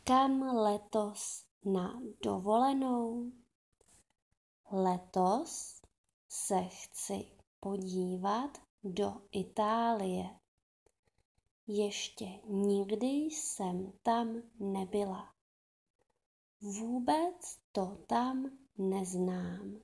Kam letos na dovolenou? Letos se chci podívat do Itálie. Ještě nikdy jsem tam nebyla. Vůbec to tam neznám.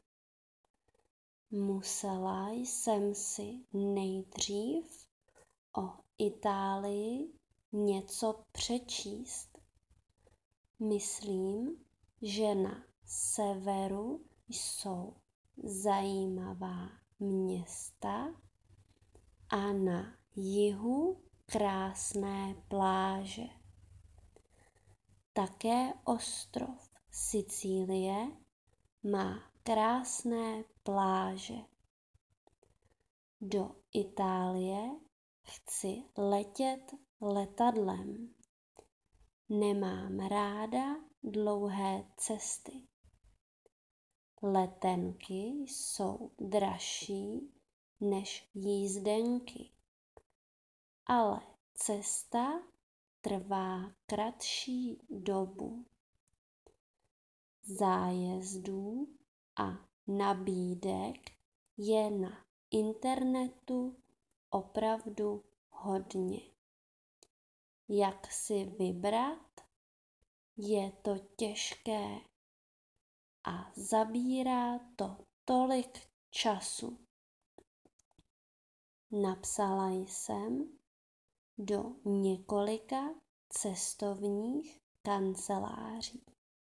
Musela jsem si nejdřív o Itálii něco přečíst. Myslím, že na severu jsou zajímavá města a na jihu krásné pláže. Také ostrov Sicílie má krásné pláže. Do Itálie chci letět letadlem. Nemám ráda dlouhé cesty. Letenky jsou dražší než jízdenky, ale cesta trvá kratší dobu. Zájezdů a nabídek je na internetu opravdu hodně. Jak si vybrat? Je to těžké a zabírá to tolik času. Napsala jsem do několika cestovních kanceláří.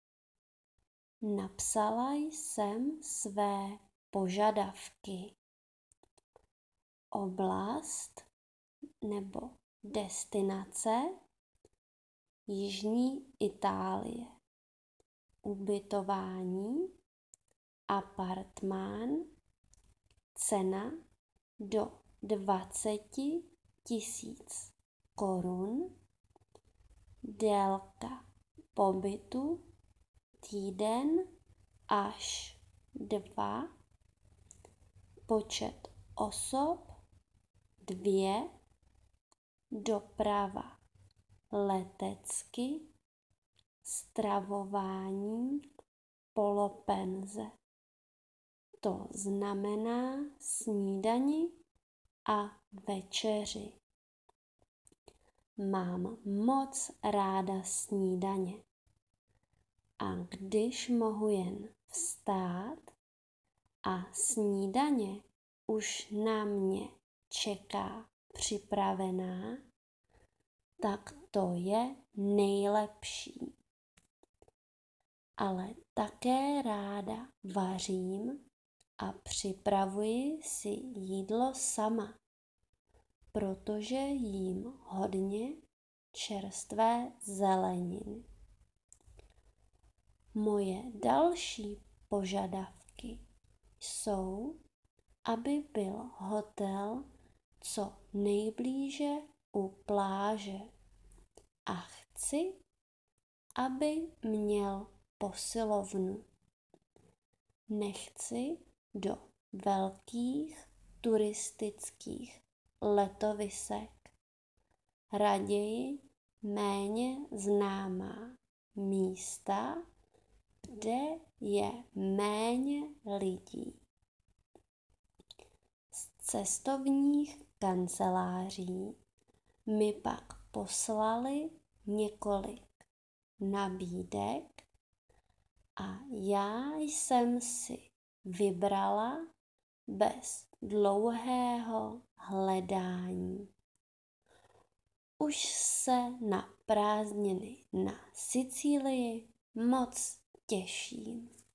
Napsala jsem své požadavky. Oblast nebo destinace Jižní Itálie. Ubytování, apartmán, cena do 20 000 korun, délka pobytu týden až 2, počet osob 2, doprava letecky, stravování polopenze. To znamená snídani a večeři. Mám moc ráda snídaně. A když mohu jen vstát a snídaně už na mě čeká připravená, tak to je nejlepší. Ale také ráda vařím a připravuji si jídlo sama, protože jím hodně čerstvé zeleniny. Moje další požadavky jsou, aby byl hotel co nejblíže u pláže a chci, aby měl posilovnu. Nechci do velkých turistických letovisek. Raději méně známá místa, kde je méně lidí. Z cestovních kanceláří mi pak poslali několik nabídek a já jsem si vybrala bez dlouhého hledání. Už se na prázdniny na Sicílii moc těším.